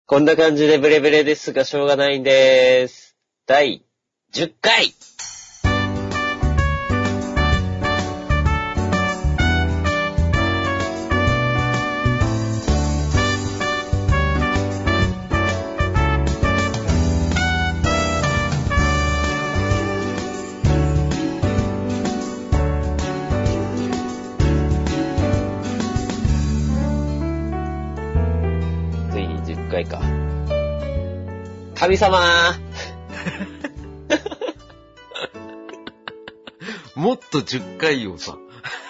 こんな感じでブレブレですがしょうがないんです。第10回ついに10回か。神様もっと10回をさ、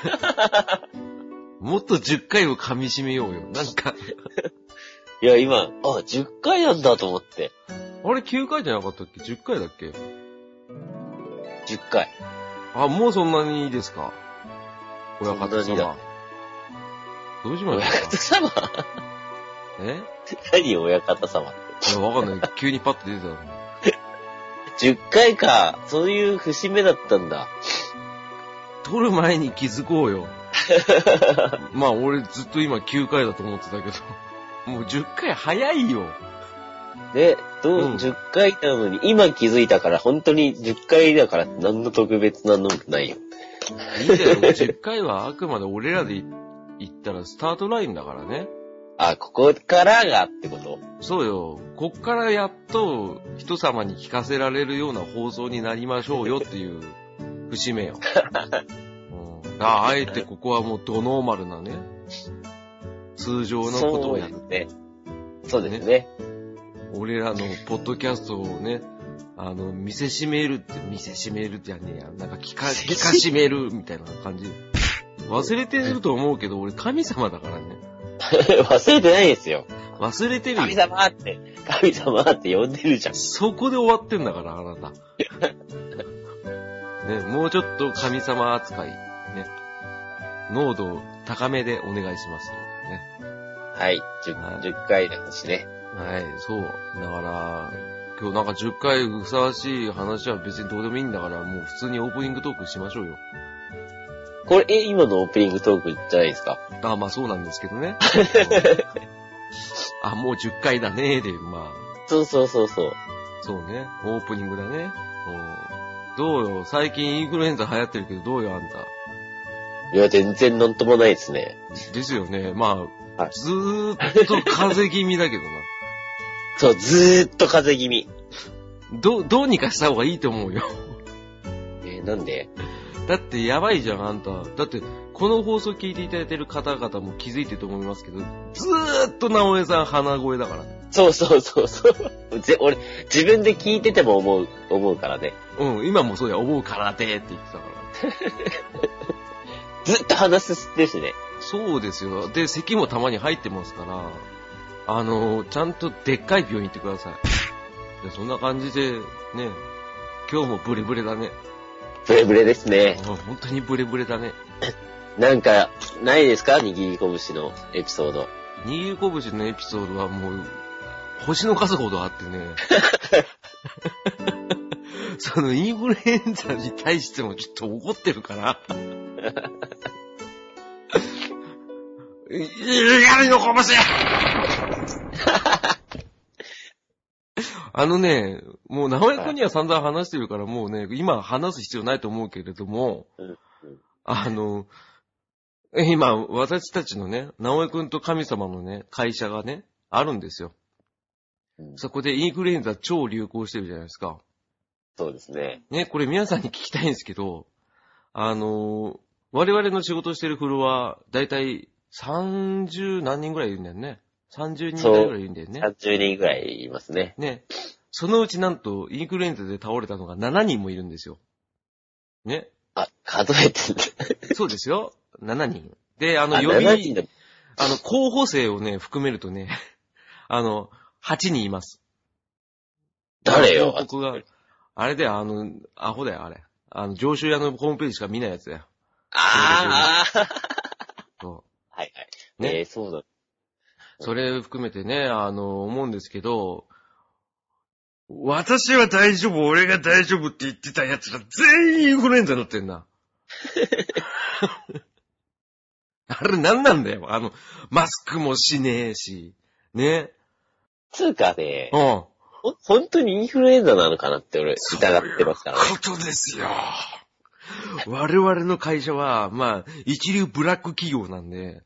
もっと10回を噛み締めようよ。なんか、 いや、今、10回なんだと思って。 あれ9回じゃなかったっけ ?10 回だっけ 10回。 あ、もうそんなにいいですか親方そんなにだ様。どうしま親しょう方様かえ何親方様って。 いや、わかんない。急にパッと出てたの。 10回か。そういう節目だったんだ。 撮る前に気づこうよ。まあ、俺ずっと今9回だと思ってたけど。もう10回早いよ。 で、 うん 10回なのに、今気づいたから、本当に10回だから何の特別なのもないよ。 いいんだよ。10回はあくまで俺らで言ったらスタートラインだからね。 ここからがってこと？ そうよ。こっからやっと人様に聞かせられるような放送になりましょうよっていう節目よ。あえてここはもうドノーマルなね、通常のことをやる。 そうですね。 俺らのポッドキャストをね、見せしめるってやねえや。なんか聞かしめるみたいな感じ。忘れてると思うけど、俺神様だからね。 忘れてないですよ。 忘れてるよ。 神様って呼んでるじゃん。 そこで終わってんだから、あなた。ね、もうちょっと神様扱い、ね。濃度高めでお願いします。ね。 はい。10回だしね。 はい、そう。だから、今日なんか10回ふさわしい話は別にどうでもいいんだから、もう普通にオープニングトークしましょうよ。 これ、今のオープニングトークじゃないですか？ まあそうなんですけどね。もう10回だねーで、まあ。 そう。 そうね。オープニングだね。どうよ、最近インフルエンザ流行ってるけど、どうよ、あんた。 いや、全然なんともないですね。 ですよね。まあ、 はいずーっと風邪気味だけどな。 そう、ずーっと風邪気味。 どうにかした方がいいと思うよ。 なんで？ だってやばいじゃん、あんた。だって、この放送聞いていただいてる方々も気づいてると思いますけど、ずーっと直江さん鼻声だから。 そう。俺、自分で聞いてても思うからね。 今もそうや、思うからでって言ってたから。 ずっと鼻すすってるしね。 そうですよ。で、咳もたまに入ってますから、ちゃんとでっかい病院行ってください。でそんな感じで、ね、今日もブレブレだね。 ブレブレですね。 本当にブレブレだね。 なんか、ないですか？握り拳のエピソード。 握り拳のエピソードはもう、星の数ほどあってね。そのインフルエンザに対してもちょっと怒ってるから。やりの拳もう直江君には散々話してるからもうね、今話す必要ないと思うけれども、今、私たちのね、直江君と神様のね、会社がね、あるんですよ。そこでインフルエンザ超流行してるじゃないですか。 そうですね。 ね、これ皆さんに聞きたいんですけど、我々の仕事してるフロア、だいたい30何人ぐらいいるんだよね。30人ぐらいいるんだよね。 30人ぐらいいますね。 ね。そのうちなんと、インフルエンザで倒れたのが7人もいるんですよ。ね。 数えてる。 そうですよ。7人。で、 7人だ。 候補生をね、含めるとね、8人います。 誰よ？ 報告が、あれだよ、アホだよ、あれ。上州屋のホームページしか見ないやつだよ。そう。 はい。 ね。 そうだ。 それ含めてね、思うんですけど、私は大丈夫、俺が大丈夫って言ってた奴ら全員インフルエンザになってんだ。あれ何なんだよ。マスクもしねえし。ね。 つうかね、 うん。 本当にインフルエンザなのかなって俺疑ってますからね。 そういうことですよ。我々の会社は、まあ、一流ブラック企業なんで、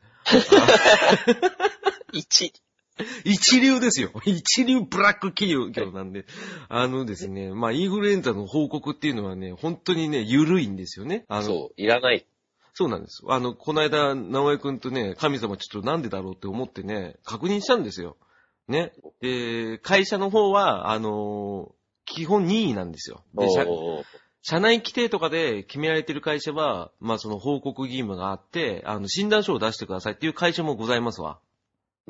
一流ですよ。一流ブラック企業なんで。ですね、まあ、インフルエンザの報告っていうのはね、本当にね、緩いんですよね。 そう、いらない。 そうなんです。この間、直江くんとね、神様ちょっとなんでだろうって思ってね、確認したんですよ。ね。で、会社の方は、基本任意なんですよ。で、社内規定とかで決められている会社は、まあその報告義務があって、診断書を出してくださいっていう会社もございますわ。うん。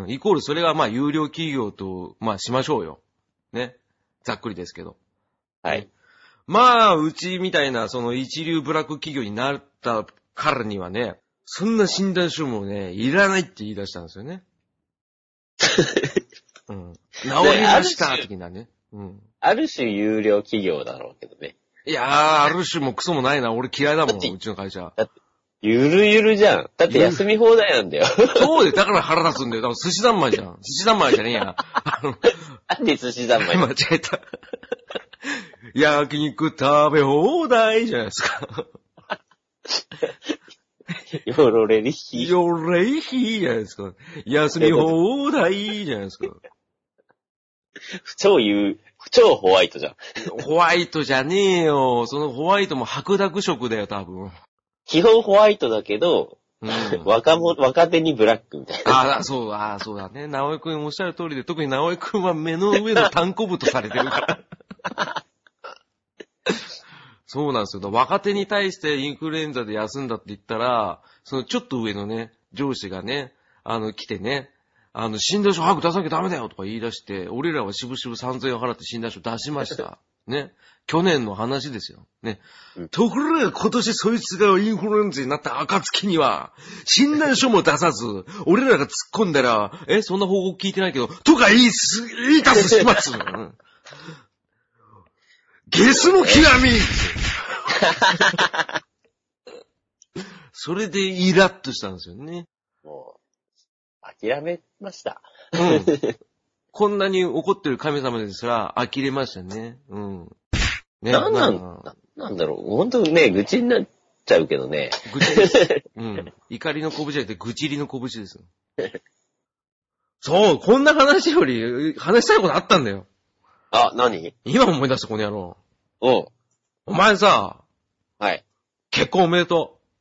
イコールそれがまあ有料企業と、まあしましょうよ。ね。ざっくりですけど。 はい。 まあ、うちみたいなその一流ブラック企業になったからにはね、そんな診断書もね、いらないって言い出したんですよね。うん。治りました的なね。うん。 ある種有料企業だろうけどね。 いやー、ある種もクソもないな。俺嫌いだもん、うちの会社。 だって、ゆるゆるじゃん。だって休み放題なんだよ。 そうで、だから腹立つんだよ。だから寿司三昧じゃん。寿司三昧じゃねえや。 なんで寿司三昧間違えた。焼肉食べ放題じゃないですか。 よろれりひ。 よれりひじゃないですか。休み放題じゃないですか。 超ホワイトじゃん。 ホワイトじゃねえよ。そのホワイトも白濁色だよ、多分。 基本ホワイトだけど、 うん、 若手にブラックみたいな。 そうだね。直江くんおっしゃる通りで、特に直江くんは目の上の単行部とされてるから。そうなんですよ。若手に対してインフルエンザで休んだって言ったら、そのちょっと上のね、上司がね、来てね、診断書早く出さなきゃダメだよとか言い出して、俺らはしぶしぶ3000円払って診断書出しました。ね。去年の話ですよ。ね。ところが今年そいつがインフルエンザになった暁には、診断書も出さず、俺らが突っ込んだら、そんな報告聞いてないけど、とか言いたすします。ゲスの極みそれでイラッとしたんですよね。 もう、諦めました。 うん。こんなに怒ってる神様ですら、呆れましたね。うん。ね、 なんだろう。ほんとね、愚痴になっちゃうけどね。 愚痴です。うん。怒りの拳じゃなくて、愚痴りの拳です。そう、こんな話より、話したいことあったんだよ。 あ、何？ 今思い出した、この野郎。 お前さ、 はい。 結婚おめでとう。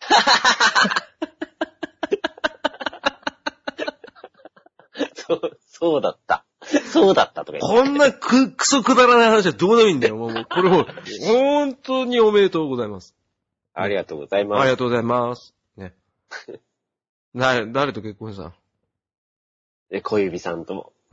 そうだった。そうだったとか言って。 こんなクソくだらない話はどうでもいいんだよ。もう、これも、本当におめでとうございます。 ありがとうございます。 ありがとうございます。ね。誰と結婚したの？ 小指さんとも。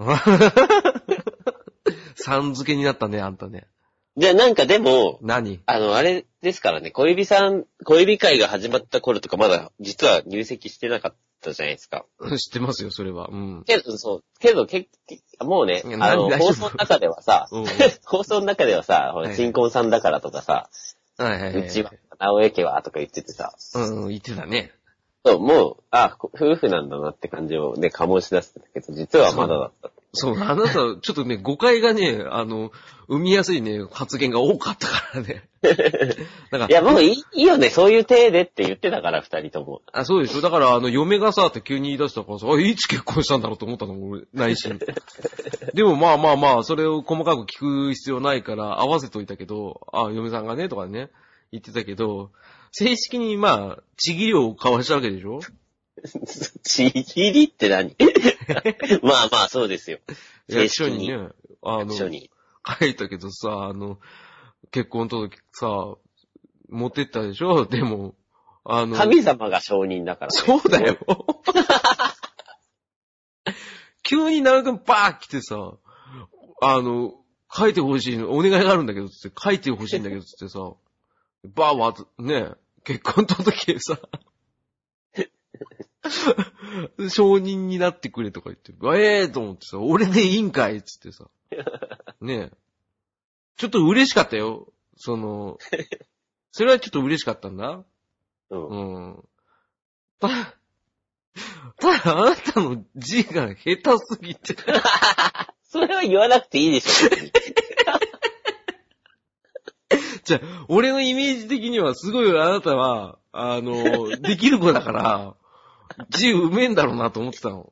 さん付けになったね、あんたね。 じゃあなんかでも、 何？ あれですからね、小指会が始まった頃とかまだ実は入籍してなかったじゃないですか。 知ってますよ、それは。うん。 けど、もうね、放送の中ではさ、放送の中ではさ、新婚さんだからとかさ、うちは、直江家はとか言っててさ、 言ってたね。 そう、もう、夫婦なんだなって感じをね、醸し出してたけど、実はまだだった。 そう、あなた、ちょっとね、誤解がね、生みやすいね、発言が多かったからね。 いや、もういいよね、そういう体でって言ってたから、二人とも。 そうでしょ。だから、嫁がさ、って急に言い出したからさ、いつ結婚したんだろうと思ったのも、俺、内心。でも、まあ、それを細かく聞く必要ないから、合わせといたけど、嫁さんがね、とかね、言ってたけど、正式に、ちぎりを交わしたわけでしょ？ ちぎりって何？まあ、そうですよ。 役所にね、 役所に。 書いたけどさ、結婚届さ、持ってったでしょ？でも、 神様が承認だから、ね。 そうだよ。急に長くバー来てさ、書いてほしいの、お願いがあるんだけど、つって、書いてほしいんだけど、つってさ、バーね、結婚届さ、承認になってくれとか言って、と思ってさ、俺でいいんかいつってさ。ねえ。ちょっと嬉しかったよ。それはちょっと嬉しかったんだ。うん。 ただあなたの字が下手すぎて。 それは言わなくていいでしょ。 じゃあ、俺のイメージ的にはすごいあなたは、できる子だから、字うめえんだろうなと思ってたの。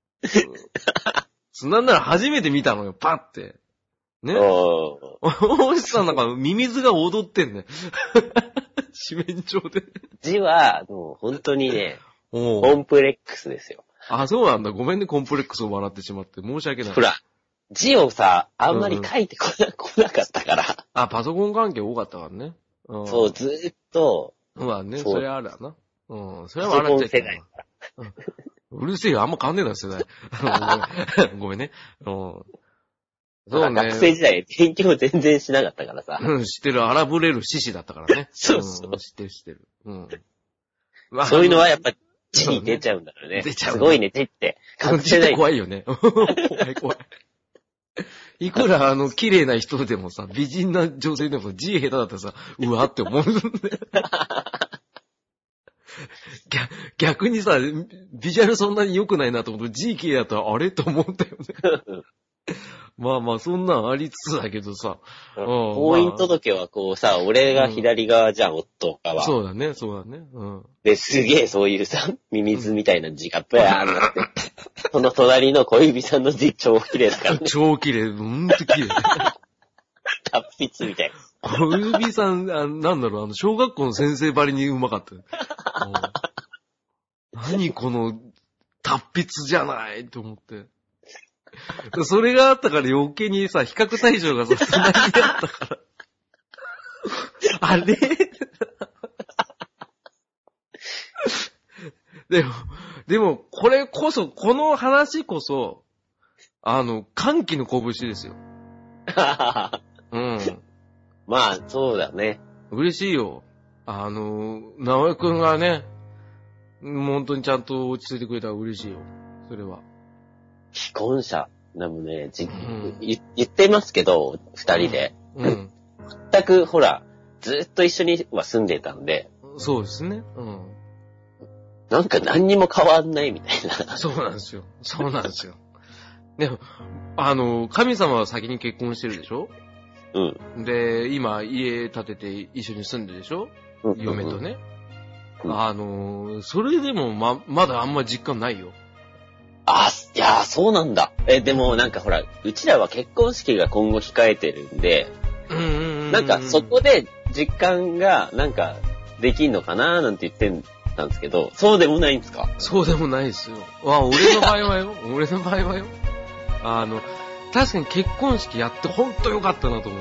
なんなら初めて見たのよ、パッて。ね。大石さんなんかミミズが踊ってんね。四面鳥で。 字は、もう本当にね、コンプレックスですよ。 あ、そうなんだ。ごめんね、コンプレックスを笑ってしまって。申し訳ない。 ほら、字をさ、あんまり書いてこなかったから。 あ、パソコン関係多かったからね。 そう、ずーっと。 まあね、それあるわな。それは笑っちゃいけない。うるせえよ、あんま変わんねえだろ、世代。ごめんね。 そうね。学生時代、勉強全然しなかったからさ。 知ってる、荒ぶれる獅子だったからね。 そうそう。 知ってる。 そういうのはやっぱ、字に出ちゃうんだろうね。 出ちゃう。 すごいね、手って。 隠せない。怖いよね。怖い。いくら綺麗な人でもさ、美人な女性でも字下手だったらさ、うわって思うんだよ。逆にさ、ビジュアルそんなに良くないなと思うと、字綺麗だったらあれと思うんだよね。まあ、そんなんありつつだけどさ。 婚姻届はこうさ、俺が左側じゃん、夫側は。 そうだね。 で、すげえそういうさ、ミミズみたいな字がブワーンなって。その隣の小指さんの字超綺麗だからね。 超綺麗、ほんと綺麗。 達筆みたいな。 小指さん、なんだろう、小学校の先生ばりにうまかった。何この、達筆じゃないと思って。それがあったから余計にさ、比較対象がさ、隣にあったから。あれでも、この話こそ、歓喜の拳ですよ。 まあ、そうだね。 嬉しいよ。直江くんがね、本当にちゃんと落ち着いてくれたら嬉しいよ。それは。 既婚者。でもね、言ってますけど、二人で。全く、ほら、ずっと一緒には住んでたんで。 そうですね。 なんか何にも変わんないみたいな。 そうなんですよ。でも、神様は先に結婚してるでしょ？で、今、家建てて一緒に住んでるでしょ？嫁とね。それでもまだあんま実感ないよ。 いやー、そうなんだ。でもなんかほら、うちらは結婚式が今後控えてるんで、なんかそこで実感がなんかできんのかなーなんて言ってたんですけど、そうでもないんですか？ そうでもないですよ。俺の場合はよ。確かに結婚式やってほんとよかったなと思った。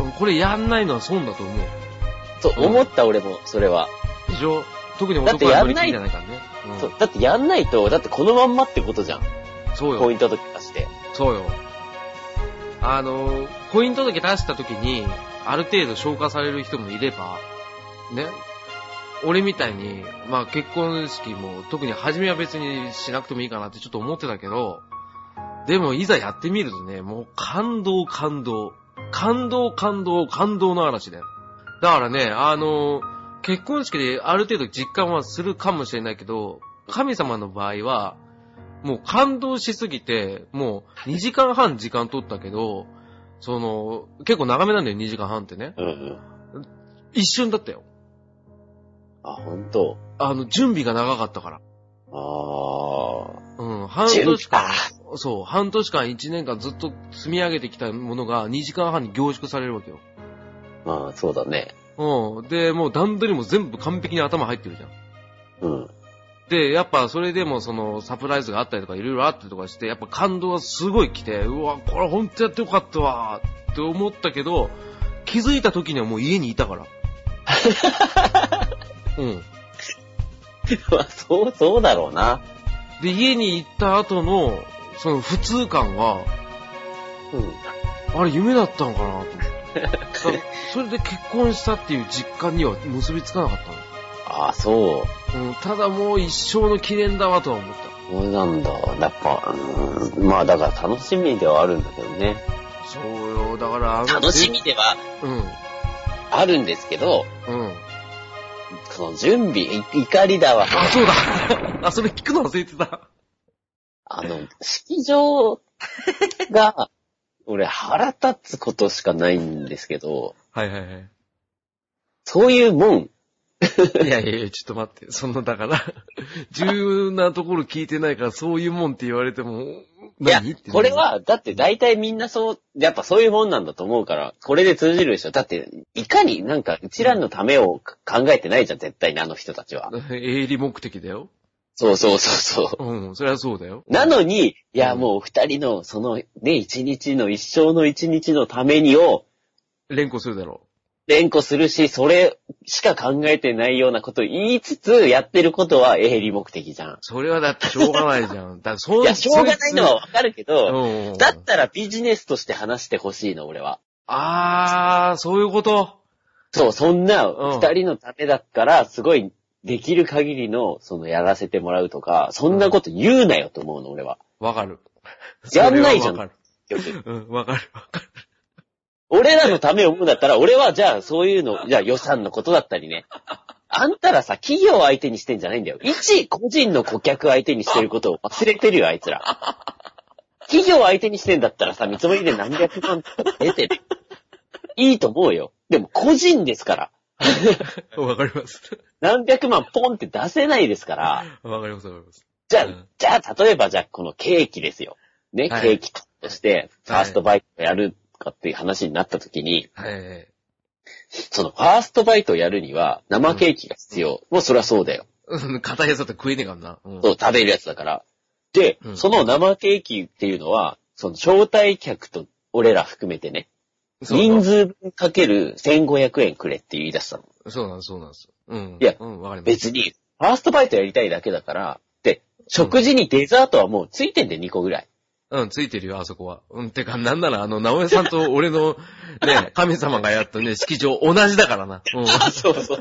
これやんないのは損だと思う。 そう思った、俺も、それは。 でしょ？特に男は乗り切りじゃないからね。 そう、だってやんないと、だってこのまんまってことじゃん。 そうよ。 婚姻届出して。 そうよ。婚姻届出した時に、ある程度消化される人もいれば、ね。俺みたいに、まあ結婚式も特に初めは別にしなくてもいいかなってちょっと思ってたけど、でもいざやってみるとね、もう感動の嵐だよ。だからね、結婚式である程度実感はするかもしれないけど、神様の場合は、もう感動しすぎて、もう2時間半時間取ったけど、結構長めなんだよ、2時間半ってね。一瞬だったよ。 ほんと？ 準備が長かったから。半年間、半年間1年間ずっと積み上げてきたものが2時間半に凝縮されるわけよ。 まあ、そうだね。 で、もう段取りも全部完璧に頭入ってるじゃん。で、やっぱそれでもサプライズがあったりとかいろいろあったりとかして、やっぱ感動がすごい来て、うわ、これほんとやってよかったわーって思ったけど、気づいた時にはもう家にいたから。 そうだろうな。 で、家に行った後の、普通感は、あれ夢だったのかなと思って。それで結婚したっていう実感には結びつかなかったの。 そう。 ただもう一生の記念だわとは思った。 そうなんだ。やっぱ、まあだから楽しみではあるんだけどね。 そうよ、だから楽しみでは、あるんですけど、 その準備、怒りだわ。 あ、そうだ。あ、それ聞くの忘れてた。 式場が、俺腹立つことしかないんですけど、 はいはいはい。 そういうもん。 いやいやいや、ちょっと待って。だから、重要なところ聞いてないから、そういうもんって言われても、 いや、これは、だって大体みんなやっぱそういうもんなんだと思うから、これで通じるでしょ。だって、いかになんか、うちらのためを考えてないじゃん、絶対にあの人たちは。 営利目的だよ。 そうそうそうそう。 うん、そりゃそうだよ。 なのに、いや、もう二人の、一生の一日のためにを、 連呼するだろう。 連呼するし、それしか考えてないようなことを言いつつ、やってることは営利目的じゃん。 それはだってしょうがないじゃん。 いや、しょうがないのはわかるけど、だったらビジネスとして話してほしいの、俺は。 そういうこと。 そう、そんな二人のためだったら、すごい、できる限りの、やらせてもらうとか、そんなこと言うなよと思うの、俺は。 わかる。 やんないじゃん。 わかる。うん、わかる。 俺らのためを思うんだったら、俺はじゃあそういうの、じゃあ予算のことだったりね。あんたらさ、企業相手にしてんじゃないんだよ。一個人の顧客相手にしてることを忘れてるよ、あいつら。企業相手にしてんだったらさ、見積もりで何百万とか出てる。いいと思うよ。でも個人ですから。 わかります。 何百万ポンって出せないですから。 わかります。 じゃあ、例えばこのケーキですよ。ね、はい、ケーキとして、ファーストバイトやるかっていう話になった時に、 はい、 そのファーストバイトをやるには生ケーキが必要。もうそりゃそうだよ。 硬いやつだって食えねえからな。 そう、食べるやつだから。で、その生ケーキっていうのは、その招待客と俺ら含めてね、人数分かける1500円くれって言い出したの。 そうなんです。 いや、わかります。別に、ファーストバイトやりたいだけだから、で、食事にデザートはもうついてんで2個ぐらい。 ついてるよ、あそこは。てか、なんなら、直江さんと俺の、ね、神様がやったね、式場同じだからな。 そうそう。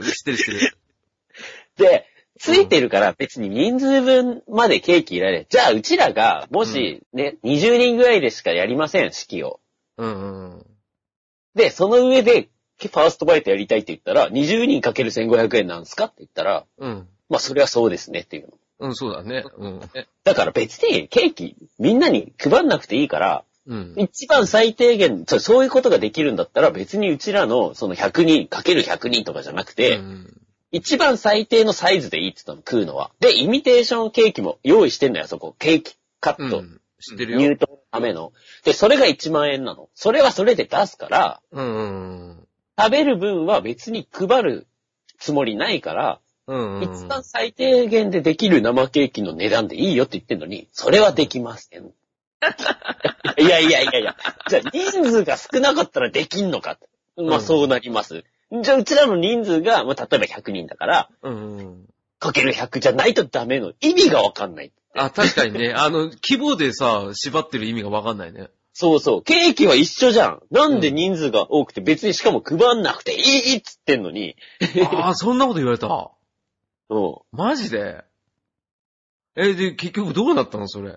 知ってる。 で、ついてるから別に人数分までケーキいられる。じゃあ、うちらが、もしね、20人ぐらいでしかやりません、式を。で、その上で、ファーストバイトやりたいって言ったら、20人かける1500円なんですかって言ったら、まあ、それはそうですねっていうの。 そうだね。 だから別にケーキみんなに配んなくていいから、一番最低限、そういうことができるんだったら別にうちらのその100人かける100人とかじゃなくて、一番最低のサイズでいいって言ったの、食うのは。で、イミテーションケーキも用意してんのよ、そこ。ケーキカット。 知ってるよ。 入刀のための。で、それが1万円なの。それはそれで出すから、食べる分は別に配るつもりないから、一番最低限でできる生ケーキの値段でいいよって言ってんのに、それはできません。いや。じゃあ人数が少なかったらできんのか。まあそうなります。じゃあうちらの人数が、まあ、例えば100人だから、かける100じゃないとダメの意味がわかんない。 確かにね。規模でさ、縛ってる意味がわかんないね。 そうそう。ケーキは一緒じゃん。なんで人数が多くて別にしかも配んなくていいっつってんのに。 そんなこと言われた。マジで？で、結局どうなったのそれ。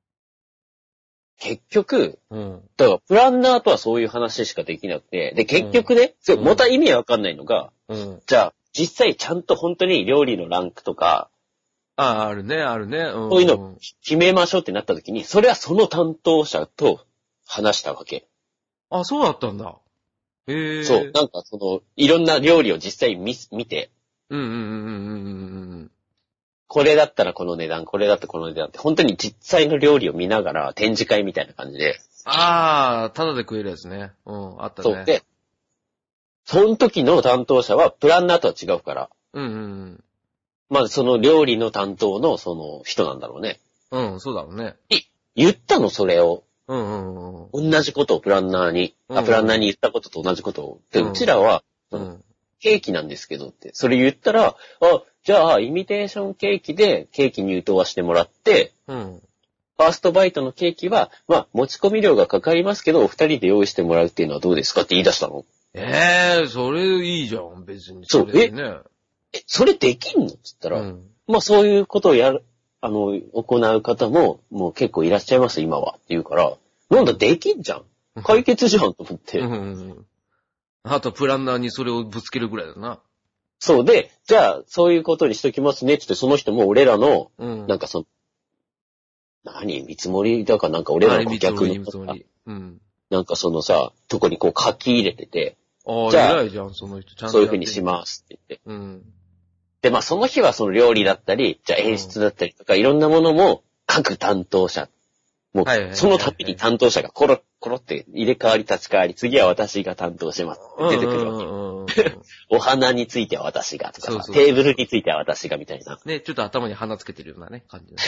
結局、だからプランナーとはそういう話しかできなくて、で、結局ね、また意味わかんないのが、じゃあ、実際ちゃんと本当に料理のランクとか、 あるね。 そういうの決めましょうってなった時に、それはその担当者と話したわけ。 そうだったんだ。 そう、なんかいろんな料理を実際見て、これだったらこの値段、これだったらこの値段って、本当に実際の料理を見ながら展示会みたいな感じで。 ただで食えるやつね。あったね。 そうで、その時の担当者はプランナーとは違うから。まあその料理の担当のその人なんだろうね。 そうだろうね。 言ったの、それを。 同じことをプランナーに、プランナーに言ったことと同じことを。で、うちらは、ケーキなんですけどって。それ言ったら、じゃあ、イミテーションケーキでケーキ入刀はしてもらって、ファーストバイトのケーキは、まあ、持ち込み料がかかりますけど、お二人で用意してもらうっていうのはどうですかって言い出したの。 それいいじゃん、別に。 そう、それできんのって言ったら、まあ、そういうことを行う方も、もう結構いらっしゃいます、今は。って言うから、なんだ、できんじゃん。解決じゃん、と思って。 あと、プランナーにそれをぶつけるぐらいだな。 そうで、じゃあ、そういうことにしときますねってって、その人も俺らの、なんか見積もりだかなんか俺らの顧客の、なんかそのさ、とこにこう書き入れてて、 じゃあ、偉いじゃん、その人。ちゃんとそういう風にしますって言って。で、まあその日はその料理だったり、じゃあ演出だったりとか、いろんなものも各担当者、もうその度に担当者がコロって入れ替わり立ち替わり、次は私が担当しますって出てくるわけ。お花については私がとかさ、テーブルについては私がみたいな。 ね、ちょっと頭に花つけてるようなね、感じ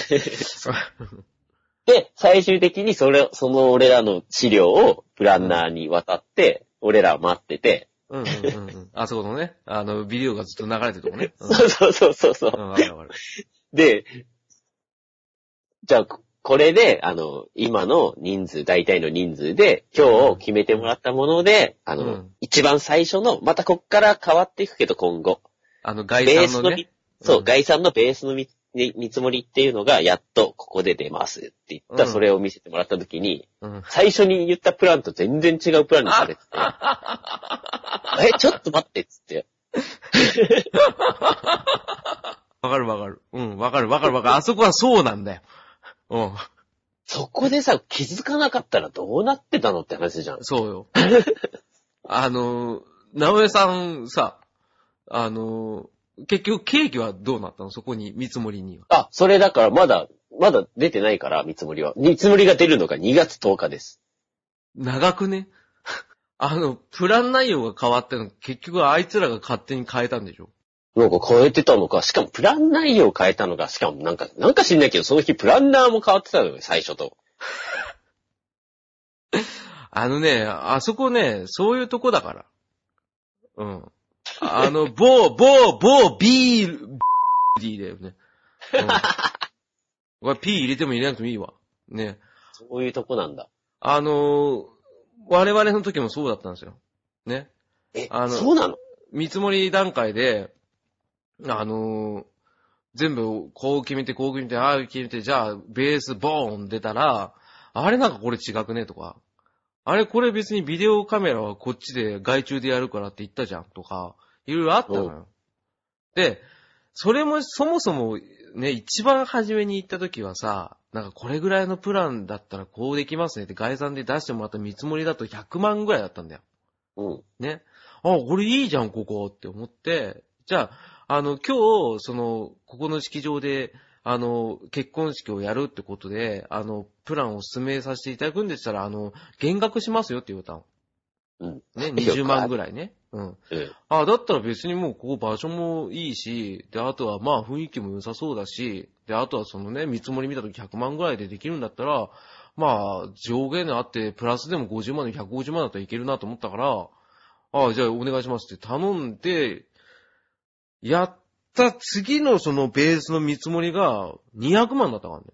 で、最終的にその俺らの資料をプランナーに渡って、俺らは待ってて、 あそこのね、ビデオがずっと流れてるとこね。 そう。 わかる。 で、じゃあ、これで、今の人数、大体の人数で、今日決めてもらったもので、一番最初の、またこっから変わっていくけど、今後。 概算のね。 概算のベースの見積もりっていうのが、やっとここで出ますって言った、それを見せてもらったときに、最初に言ったプランと全然違うプランにされてて、ちょっと待ってっつって。 わかる。わかる。あそこはそうなんだよ。 そこでさ、気づかなかったらどうなってたのって話じゃん。 そうよ。直江さんさ、結局ケーキはどうなったの？そこに、見積もりには。それだからまだ出てないから、見積もりは。見積もりが出るのが2月10日です。 長くね？プラン内容が変わったの、結局あいつらが勝手に変えたんでしょ？ なんか変えてたのか、しかもプラン内容を変えたのが、しかもなんか知んないけど、その日プランナーも変わってたのよ、最初と。 あそこね、そういうとこだから。ビーだよね。これ P 入れても入れなくてもいいわ。ね。 そういうとこなんだ。 我々の時もそうだったんですよ。ね。 そうなの？ 見積もり段階で、全部こう決めて、ああ決めて、じゃあベースボーン出たら、あれなんかこれ違くねとか、あれこれ別にビデオカメラはこっちで外注でやるからって言ったじゃんとか、いろいろあったのよ。で、それもそもそもね、一番初めに行った時はさ、なんかこれぐらいのプランだったらこうできますねって概算で出してもらった見積もりだと100万ぐらいだったんだよ。ね。これいいじゃん、ここって思って、じゃあ、今日、ここの式場で、結婚式をやるってことで、プランを進めさせていただくんでしたら、減額しますよって言われたの。ね、20万ぐらいね。だったら別にもうここ場所もいいし、で、あとはまあ雰囲気も良さそうだし、で、あとは見積もり見たとき100万ぐらいでできるんだったら、まあ、上限あって、プラスでも50万で150万だったらいけるなと思ったから、じゃあお願いしますって頼んで、やった次のそのベースの見積もりが200万だったから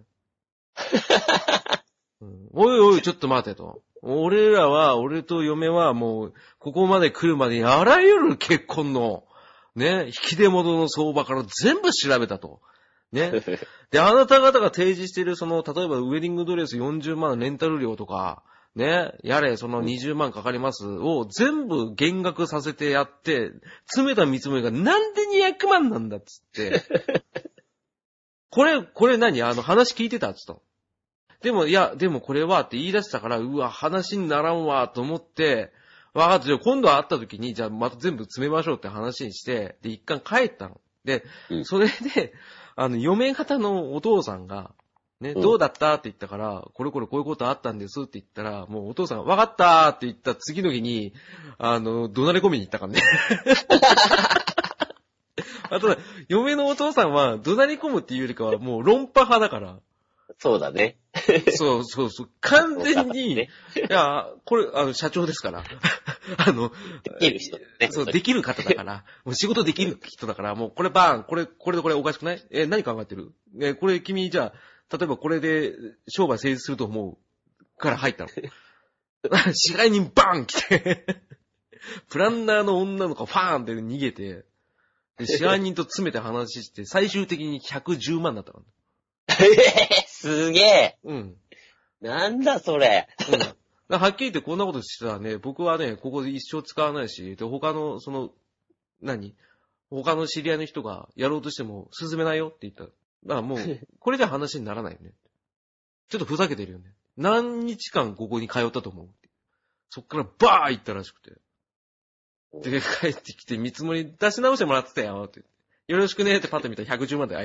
ね。おい、ちょっと待てと。俺と嫁はもう、ここまで来るまでにあらゆる結婚の、ね、引き出物の相場から全部調べたと。ね。で、あなた方が提示している例えばウェディングドレス40万レンタル料とか、ね、20万かかりますを全部減額させてやって、詰めた見積もりがなんで200万なんだっつって。これ何話聞いてたっつったの。でもこれはって言い出したから、うわ、話にならんわと思って、わかった、じゃあ今度会った時に、じゃあまた全部詰めましょうって話にして、で、一貫帰ったの。で、それで、嫁方のお父さんが、ね、どうだったって言ったから、こういうことあったんですって言ったら、もうお父さんが、わかったって言った次の日に、怒鳴り込みに行ったからね。あと、嫁のお父さんは、怒鳴り込むっていうよりかは、もう論破派だから。 そうだね。 そう。完全に、いや、これ、社長ですから。 できる人ね。 そう、できる方だから、もう仕事できる人だから、もうこれバーン、これおかしくない？何考えてる？これ君、じゃあ、例えばこれで商売成立すると思うから入ったの。支配人バーン来て、プランナーの女の子ファーンって逃げて、で支配人と詰めて話して、最終的に110万だったから。 すげえ。なんだそれ。 はっきり言ってこんなことしてたらね、僕はね、ここで一生使わないし、で、他の、 他の知り合いの人がやろうとしても進めないよって言ったら。だからもう、これじゃ話にならないよね。ちょっとふざけてるよね。何日間ここに通ったと思う。そっからバー行ったらしくて。で、帰ってきて見積もり出し直してもらってたよって言って。よろしくねってパッと見たら110万で、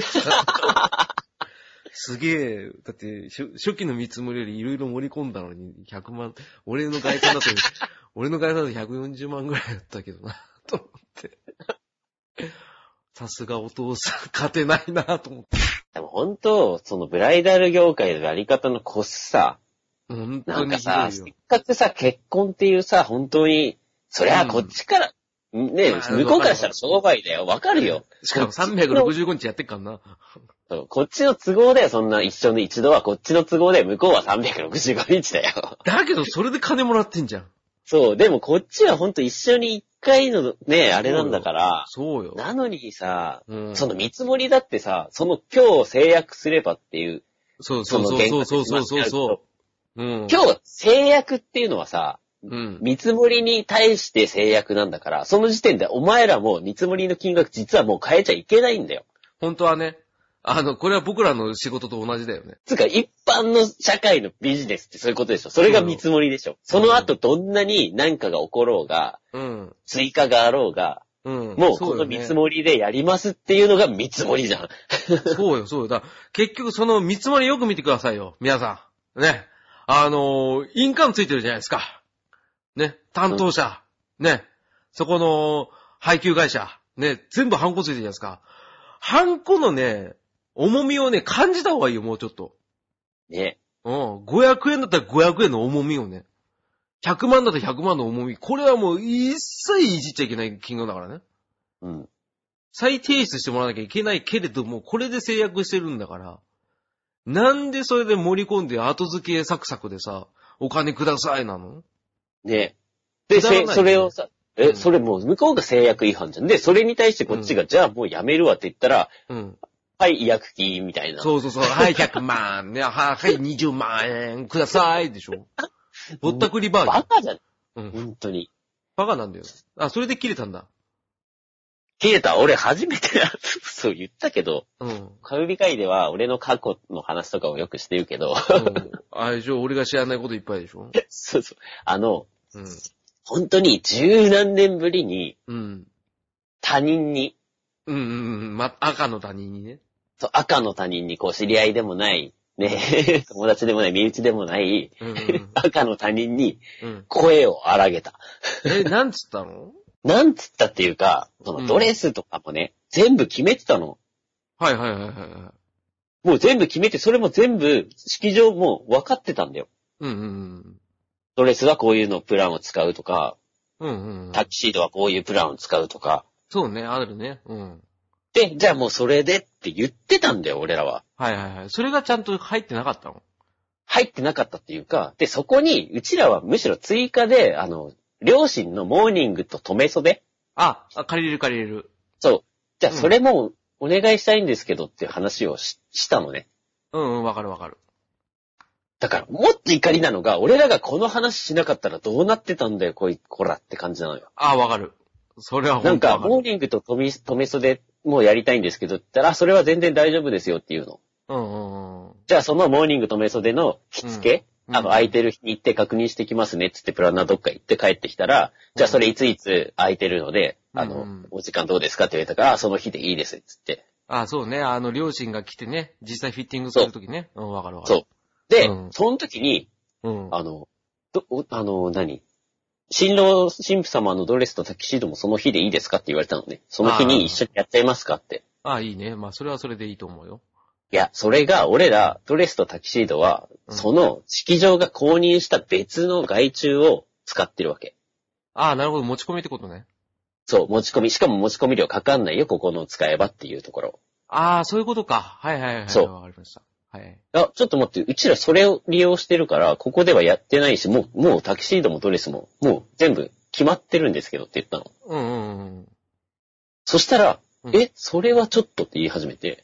すげえ、だって初期の見積もりよりいろいろ盛り込んだのに100万、俺の概算だと140万ぐらいだったけどな、と思って。さすがお父さん、勝てないなと思って。 でも本当、そのブライダル業界のやり方のコスさ、 本当になんかさ、せっかくさ、結婚っていうさ、本当に、そりゃこっちから、ね、向こうからしたら商売だよ。わかるよ。 しかも365日やってっからな。 こっちの都合だよ、そんな一緒に一度はこっちの都合で、向こうは365日だよ。 だけど、それで金もらってんじゃん。 そう、でもこっちはほんと一緒に一回のね、あれなんだから。 そうよ。 なのにさ、その見積もりだってさ、その今日制約すればっていう。 そう。 今日制約っていうのはさ、見積もりに対して制約なんだから、その時点でお前らも見積もりの金額実はもう変えちゃいけないんだよ。 本当はね。これは僕らの仕事と同じだよね。 つうか、一般の社会のビジネスってそういうことでしょ。それが見積もりでしょ。その後どんなに何かが起ころうが、追加があろうが、もうこの見積もりでやりますっていうのが見積もりじゃん。 そうよ。だ結局その見積もりよく見てくださいよ。皆さん。ね。印鑑ついてるじゃないですか。ね。担当者。ね。そこの配給会社。ね。全部ハンコついてるじゃないですか。ハンコのね、重みをね、感じた方がいいよ、もうちょっと。 ね。 500円だったら500円の重みをね。100万だったら100万の重み。これはもう一切いじっちゃいけない金額だからね。再提出してもらわなきゃいけないけれども、これで制約してるんだから。なんでそれで盛り込んで後付けサクサクでさ、お金くださいなの？ ね。で、それをさ、それもう向こうが制約違反じゃん。で、それに対してこっちが、じゃあもうやめるわって言ったら、はい、違約金みたいな。 そう。はい、100万。ね、はい、20万円ください。でしょ。ぼったくりバーバカじゃん。本当に。 バカなんだよ。それで切れたんだ。 切れた。俺初めてそう言ったけど、カウビ会では俺の過去の話とかをよくしてるけど。 あれでしょ、俺が知らないこといっぱいでしょ。 そう。本当に十何年ぶりに、他人に、 赤の他人にね。 そう、赤の他人にこう知り合いでもない、ね、友達でもない、身内でもない、赤の他人に声を荒げた。 なんつったの？ なんつったっていうか、そのドレスとかもね、全部決めてたの。 はい。 もう全部決めて、それも全部式場もう分かってたんだよ。ドレスはこういうのプランを使うとか、タキシードはこういうプランを使うとか。 そうね、あるね。 で、じゃあもうそれでって言ってたんだよ、俺らは。 はい。それがちゃんと入ってなかったの？ 入ってなかったっていうか、で、そこに、うちらはむしろ追加で、両親のモーニングと留め袖？ 借りれる。 そう。じゃあそれもお願いしたいんですけどっていう話をしたのね。 わかる。 だから、もっと怒りなのが、俺らがこの話しなかったらどうなってたんだよ、こらって感じなのよ。 わかる。それは本当なんか、モーニングと留め袖もやりたいんですけどって言ったら、それは全然大丈夫ですよっていうの。じゃあそのモーニング留め袖の着付け、空いてる日に行って確認してきますねっつってプランナーどっか行って帰ってきたら、じゃあそれいつ空いてるので、お時間どうですかって言われたから、その日でいいですっつって。 そうね。両親が来てね、実際フィッティングするときね。わかる。 そう。で、その時に、新郎新婦様のドレスとタキシードもその日でいいですかって言われたのね。その日に一緒にやっちゃいますかって。 いいね。まあ、それはそれでいいと思うよ。 いや、それが、俺ら、ドレスとタキシードは、その式場が購入した別の外注を使ってるわけ。 なるほど。持ち込みってことね。 そう、持ち込み。しかも持ち込み料かかんないよ、ここの使えばっていうところ。 そういうことか。はい。 そう。 わかりました。はい。 ちょっと待って、うちらそれを利用してるから、ここではやってないし、もうタキシードもドレスも、もう全部決まってるんですけどって言ったの。そしたら、それはちょっとって言い始めて。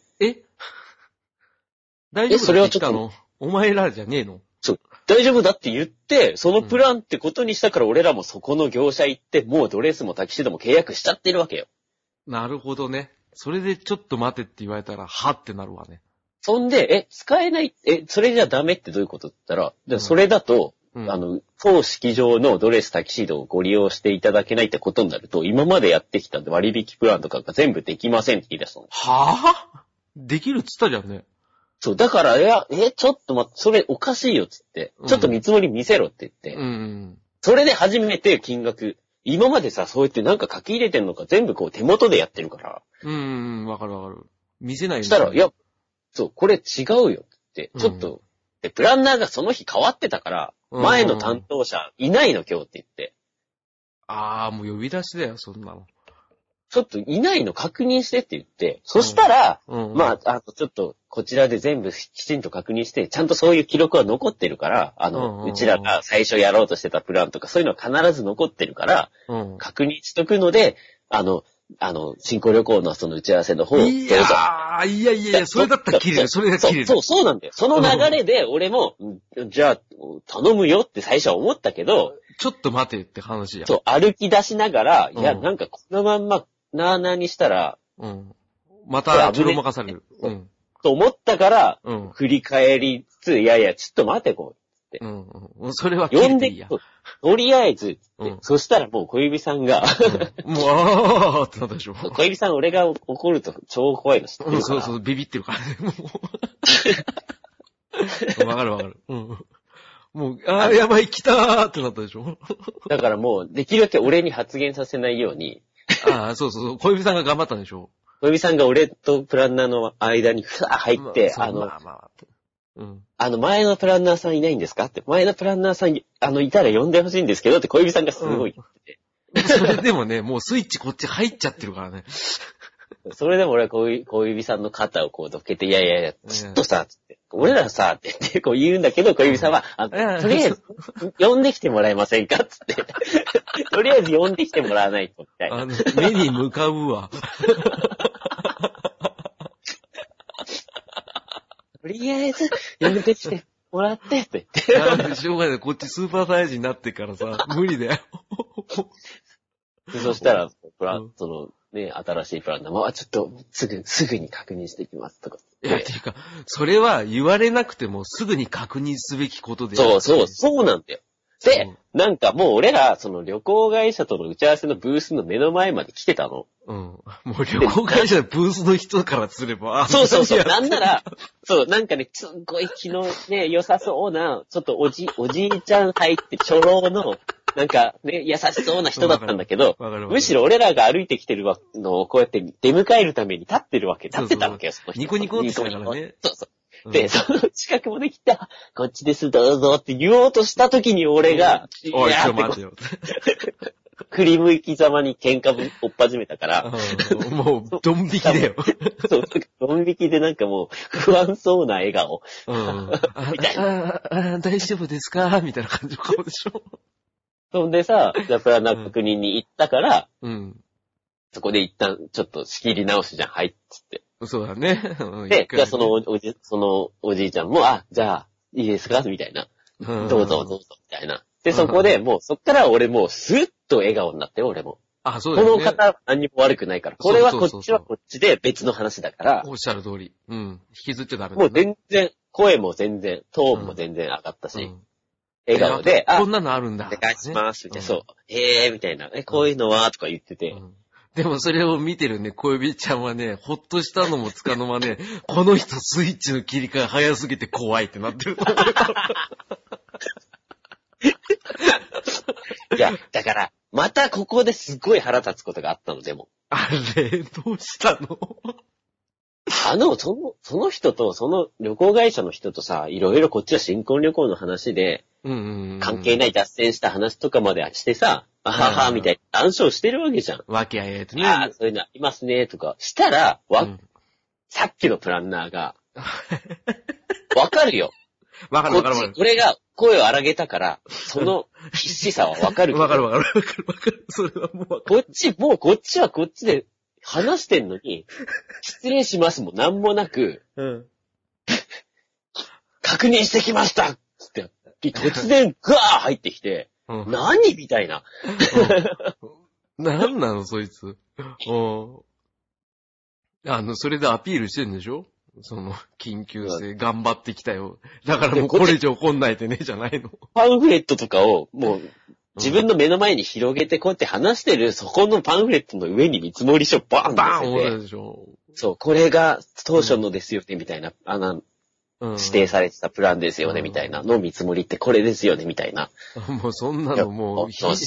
大丈夫だって言ったの？それはちょっと。お前らじゃねえの？ そう。大丈夫だって言って、そのプランってことにしたから俺らもそこの業者行って、もうドレスもタキシードも契約しちゃってるわけよ。 なるほどね。それでちょっと待てって言われたら、はってなるわね。 そんで、使えない、それじゃダメってどういうことって言ったら、でそれだと、当式場のドレスタキシードをご利用していただけないってことになると、今までやってきた割引プランとかが全部できませんって言い出したの。 はぁできるっつったじゃんね。 そう、だから、ちょっと待って、それおかしいよっつって、ちょっと見積もり見せろって言って、それで初めて金額、今までさ、そうやってなんか書き入れてんのか全部こう手元でやってるから。 わかるわかる。見せないよね。 したら、そう、これ違うよって、ちょっと、で、プランナーがその日変わってたから、前の担当者いないの今日って言って。 もう呼び出しだよ、そんなの。 ちょっといないの確認してって言って、そしたら、まあ、ちょっと、こちらで全部きちんと確認して、ちゃんとそういう記録は残ってるから、うちらが最初やろうとしてたプランとか、そういうのは必ず残ってるから、確認しとくので、新婚旅行のその打ち合わせの方、どうぞ。いや、それだったら切れる、それだったら切れる。 そうなんだよ。その流れで、俺も、じゃあ、頼むよって最初は思ったけど、 ちょっと待てって話や。 そう、歩き出しながら、いや、なんかこのまんま、なーなーにしたら、 また、ちょろまかされる。 と思ったから、振り返りつつ、いやいや、ちょっと待て、こう。 それは切れていいや。 とりあえず、そしたらもう小指さんが、 もう、ってなったでしょ。 小指さん俺が怒ると超怖いの知ってるから。 そう、ビビってるからね。わかる。もう、やばい、来たーってなったでしょ。 だからもう、できるだけ俺に発言させないように。 そう、小指さんが頑張ったんでしょ。 小指さんが俺とプランナーの間にふわー入って、前のプランナーさんいないんですかって、前のプランナーさん、いたら呼んでほしいんですけどって小指さんがすごい言ってて。それでもね、もうスイッチこっち入っちゃってるからね。 それでも俺は小指さんの肩をこうどけて、いや、ちょっとさ、つって、俺らさ、って言ってこう言うんだけど、小指さんは、とりあえず、呼んできてもらえませんかつって。とりあえず呼んできてもらわないと、みたいな。 目に向かうわ。 とりあえず、呼んできてもらって、って言って。しょうがない。こっちスーパーサイズになってからさ、無理だよ。 そしたら、その、ね、新しいプランナーも、ちょっと、すぐに確認していきます、とか。 いや、ていうか、それは言われなくてもすぐに確認すべきことで。 そうなんだよ。で、なんかもう俺ら、その旅行会社との打ち合わせのブースの目の前まで来てたの。 もう旅行会社のブースの人からすれば。 そう。なんなら、なんかね、すっごい昨日ね、良さそうな、ちょっとおじいちゃん入って初老の、なんかね、優しそうな人だったんだけど、むしろ俺らが歩いてきてるのをこうやって出迎えるために立ってたわけよ、その人。 ニコニコってしたからね。 そう。で、その近くまで来て、こっちです、どうぞって言おうとした時に俺が、 おい、ちょっと待てよ。 振り向きざまに喧嘩をっ始めたから、 もう、ドン引きだよ。 そう、ドン引きでなんかもう、不安そうな笑顔。みたいな。 大丈夫ですかみたいな感じの顔でしょ。 そんでさ、じゃあプランナー確認に行ったから、そこで一旦ちょっと仕切り直しじゃん、はいっつって。 そうだね。 で、じゃあそのおじいちゃんも、じゃあ、いいですかみたいな。どうぞ、みたいな。で、そこでもう、そっから俺もう、スッと笑顔になってよ、俺も。 そうだね。 この方は何にも悪くないから。これはこっちはこっちで別の話だから。 おっしゃる通り。引きずっちゃダメだ。 もう全然、声も全然、トーンも全然上がったし。笑顔で、 こんなのあるんだ。 お願いします、みたいな。そう。みたいな。こういうのは、とか言ってて。 でもそれを見てるね、小指ちゃんはね、ほっとしたのもつかの間ね、この人スイッチの切り替え早すぎて怖いってなってると思う。いや、だから、またここですごい腹立つことがあったの、でも。 あれ、どうしたの？ その人と、その旅行会社の人とさ、いろいろこっちは新婚旅行の話で、関係ない脱線した話とかまでしてさ、みたいな談笑してるわけじゃん。 わけあえとね。 そういうのありますね、とか。したら、さっきのプランナーが、わかるよ。 わかる。 俺が声を荒げたから、その必死さはわかるけど。 わかる。それはもうこっちはこっちで話してんのに、失礼しますもなんもなく、確認してきましたつって、突然ガー入ってきて、何みたいな。 何なのそいつ。 それでアピールしてんでしょ？その、緊急性頑張ってきたよ。だからもうこれ以上来んないでね、じゃないの。 パンフレットとかを、もう、自分の目の前に広げてこうやって話してる、そこのパンフレットの上に見積もり書バーンバーン乗せて、 でしょ。 そう、これが当初のですよね、みたいな、指定されてたプランですよね、みたいなの見積もりってこれですよね、みたいな。 もうそんなのもう、火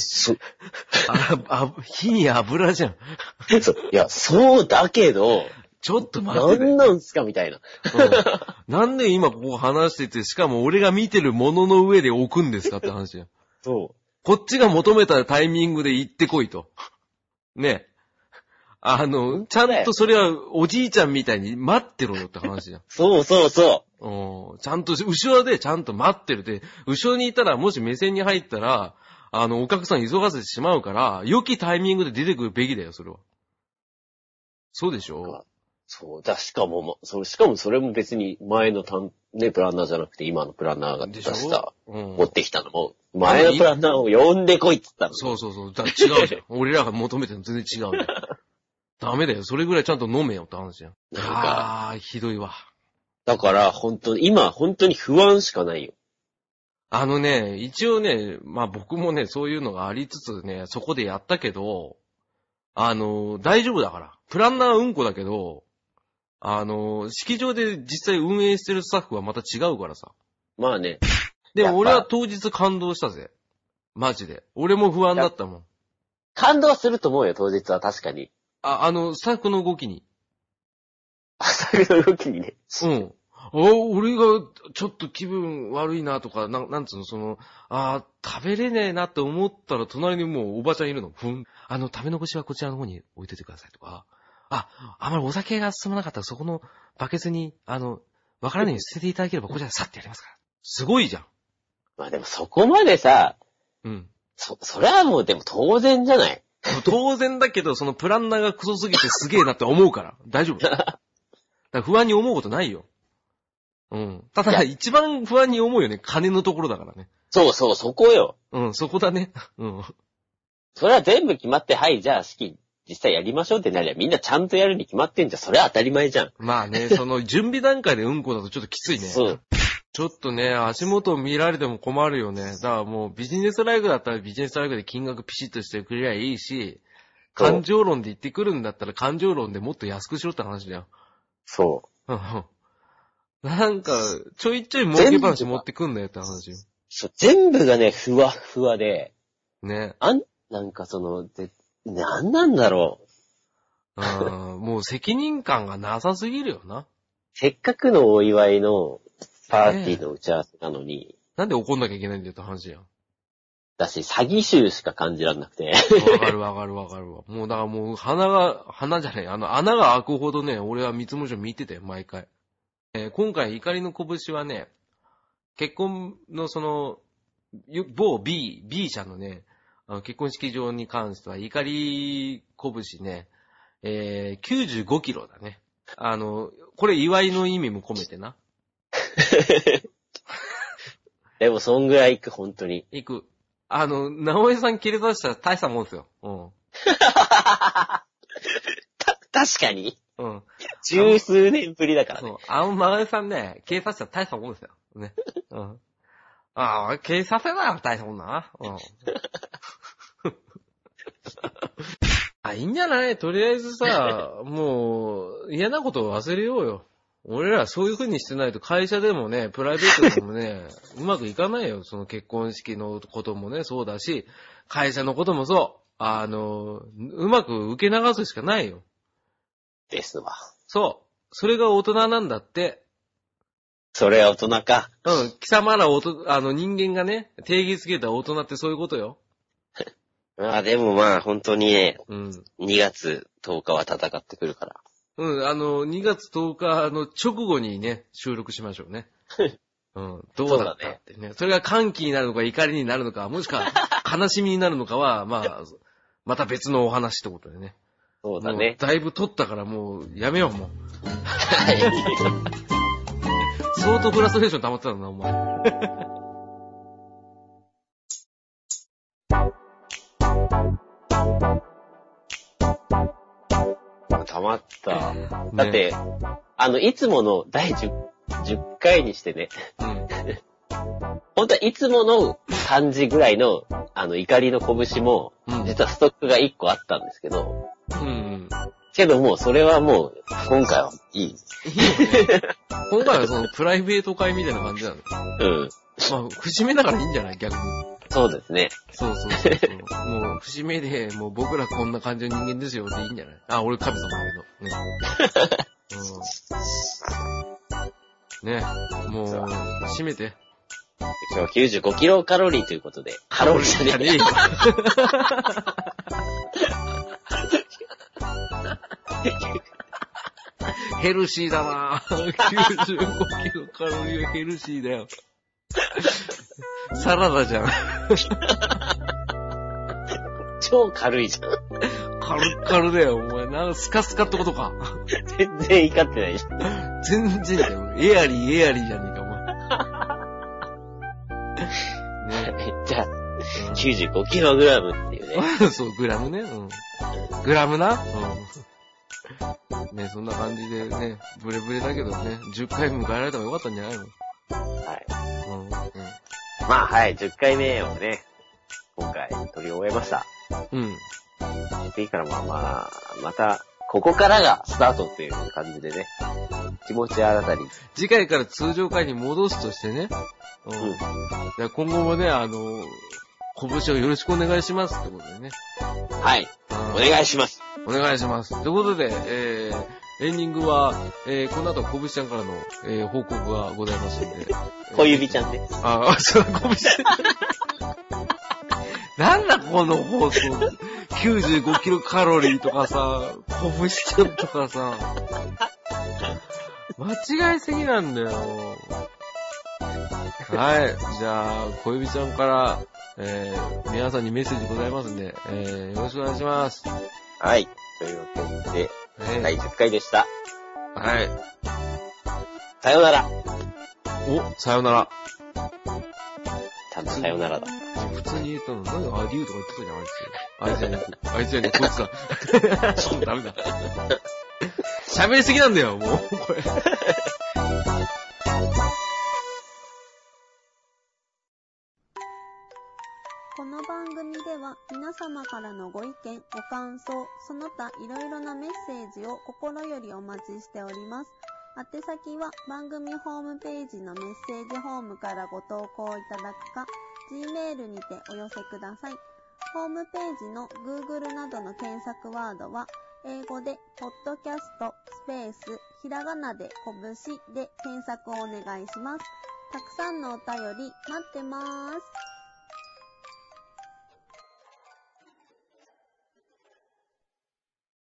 に油じゃん。 そう、いや、そうだけど、 ちょっと待って。 なんなんすかみたいな。 なんで今ここ話してて、しかも俺が見てるものの上で置くんですかって話や。 そう。 こっちが求めたタイミングで行ってこいと。ね。ちゃんとそれはおじいちゃんみたいに待ってろよって話じゃん。 そうそうそう。ちゃんと、後ろでちゃんと待ってるで、後ろにいたらもし目線に入ったら、お客さん急がせてしまうから、良きタイミングで出てくるべきだよ、それは。そうでしょ？ そうだ、しかもそれも別に前のプランナーじゃなくて今のプランナーが出した、持ってきたのも、前のプランナーを呼んでこいっつったの。 そう。だ違うじゃん。俺らが求めてるの全然違うじゃん。ダメだよ。それぐらいちゃんと飲めよって話じゃん。ひどいわ。だから今本当に不安しかないよ。 一応ね、まあ僕もね、そういうのがありつつね、そこでやったけど、大丈夫だから。プランナーはうんこだけど、式場で実際運営してるスタッフはまた違うからさ。 まあね。 でも俺は当日感動したぜ。マジで。俺も不安だったもん。 感動すると思うよ、当日は確かに。 スタッフの動きに。 スタッフの動きにね。 うん。俺がちょっと気分悪いなとか、なんつうの、食べれねえなって思ったら隣にもうおばちゃんいるの。食べ残しはこちらの方に置いといてくださいとか。あまりお酒が進まなかったらそこのバケツに、わからないように捨てていただければこちらでさってやりますから。すごいじゃん。 まあでもそこまでさ、 うん。 それはもうでも当然じゃない？ 当然だけど、そのプランナーがクソすぎてすげえなって思うから。大丈夫。だから不安に思うことないよ。うん。ただ、一番不安に思うよね。金のところだからね。 そう、そこよ。 うん、そこだね。うん。 それは全部決まって、はい、じゃあ式、実際やりましょうってなりゃみんなちゃんとやるに決まってんじゃん。それは当たり前じゃん。 まあね、その準備段階でうんこだとちょっときついね。そう。ちょっとね、足元を見られても困るよね。だからもうビジネスライフだったらビジネスライフで金額ピシッとしてくれりゃいいし、感情論で言ってくるんだったら感情論でもっと安くしろって話だよ。 そう。 なんか、ちょいちょい儲け話持ってくんだよって話よ。 そう、全部がね、ふわふわで。 ね。 なんかなんなんだろう。もう責任感がなさすぎるよな。 せっかくのお祝いのパーティーの打ち合わせなのに。 なんで怒んなきゃいけないんだよって話やん。 だし、詐欺臭しか感じらんなくて。 わかるわ。もうだからもう穴が開くほどね、俺は見積もり書見てたよ、毎回。今回怒りの拳はね、結婚の某 B 社のね、結婚式場に関しては怒り拳ね、95キロだね。これ祝いの意味も込めてな。 でもそんぐらい行く、本当に。 行く。直江さん切り出したら大したもんですよ。うん。 確かに。 うん。 十数年ぶりだからね。 そう。直江さんね、警察者大したもんですよ。ね。うん。警察だよ、大したもんだな。うん。いいんじゃない？とりあえずさ、もう、嫌なことを忘れようよ。俺らそういう風にしてないと会社でもね、プライベートでもね、うまくいかないよ。その結婚式のこともね、そうだし、会社のこともそう。うまく受け流すしかないよ。 ですわ。 そう。それが大人なんだって。 それは大人か。 うん。貴様ら人間がね、定義つけた大人ってそういうことよ。 でも本当にね、 うん。 2月10日は戦ってくるから。 うん、2月10日の直後にね、収録しましょうね。うん。どうだったってね。それが歓喜になるのか怒りになるのか、もしくは悲しみになるのかは、また別のお話ってことでね。 そうだね。 だいぶ撮ったからもう、やめよう、もう。相当フラストレーション溜まってたんだな、お前。 溜まった。だって、いつもの第10回にしてね。本当はいつもの感じぐらいの、怒りの拳も、実はストックが1個あったんですけど。けどもう、それはもう、今回はいい。 今回はその、プライベート会みたいな感じなの。まあ、節目だからいいんじゃない逆に。そうですね。 そう。もう、節目で、もう僕らこんな感じの人間ですよっていいんじゃない？俺神様だけど。ね、もう、締めて。 今日95キロカロリーということで。カロリーじゃねえよ。 ヘルシーだなぁ。95キロカロリーはヘルシーだよ。サラダじゃん。 超軽いじゃん。 軽だよ、お前。スカスカってことか。 全然怒ってないじゃん。 全然だよ。エアリーじゃねえか、お前。 ね、じゃあ、95キログラムっていうね。 そう、グラムね。グラムな。ね、そんな感じでね、ブレブレだけどね、10回迎えられた方がよかったんじゃないの？はい。 まあ、はい、10回目をね、今回取り終えました。いいからまた、ここからがスタートっていう感じでね、気持ち新たに。 次回から通常回に戻すとしてね、今後もね、拳をよろしくお願いしますってことでね。 はい。お願いします。 お願いします。ということで、エンディングは、この後、こぶしちゃんからの、報告がございますので。 小指ちゃんね。 そう、こぶしちゃん。なんだこの放送。95キロカロリーとかさ、こぶしちゃんとかさ。間違いすぎなんだよ。はい。じゃあ、小指ちゃんから、皆さんにメッセージございますんで、よろしくお願いします。 はい。というわけで、第10回でした。 はい。 さよなら。 さよなら。 ちゃんとさよならだ。 普通に言ったの。なんでアデューとか言ってたじゃん、あいつじゃねえ、こいつだ。ちょっとダメだ。喋りすぎなんだよ、もう、これ。 この番組では皆様からのご意見、ご感想、その他いろいろなメッセージを心よりお待ちしております。宛先は番組ホームページのメッセージホームからご投稿いただくか、Gmail にてお寄せください。ホームページの Google などの検索ワードは、英語でポッドキャストスペースひらがなでこぶしで検索をお願いします。たくさんのお便り待ってます。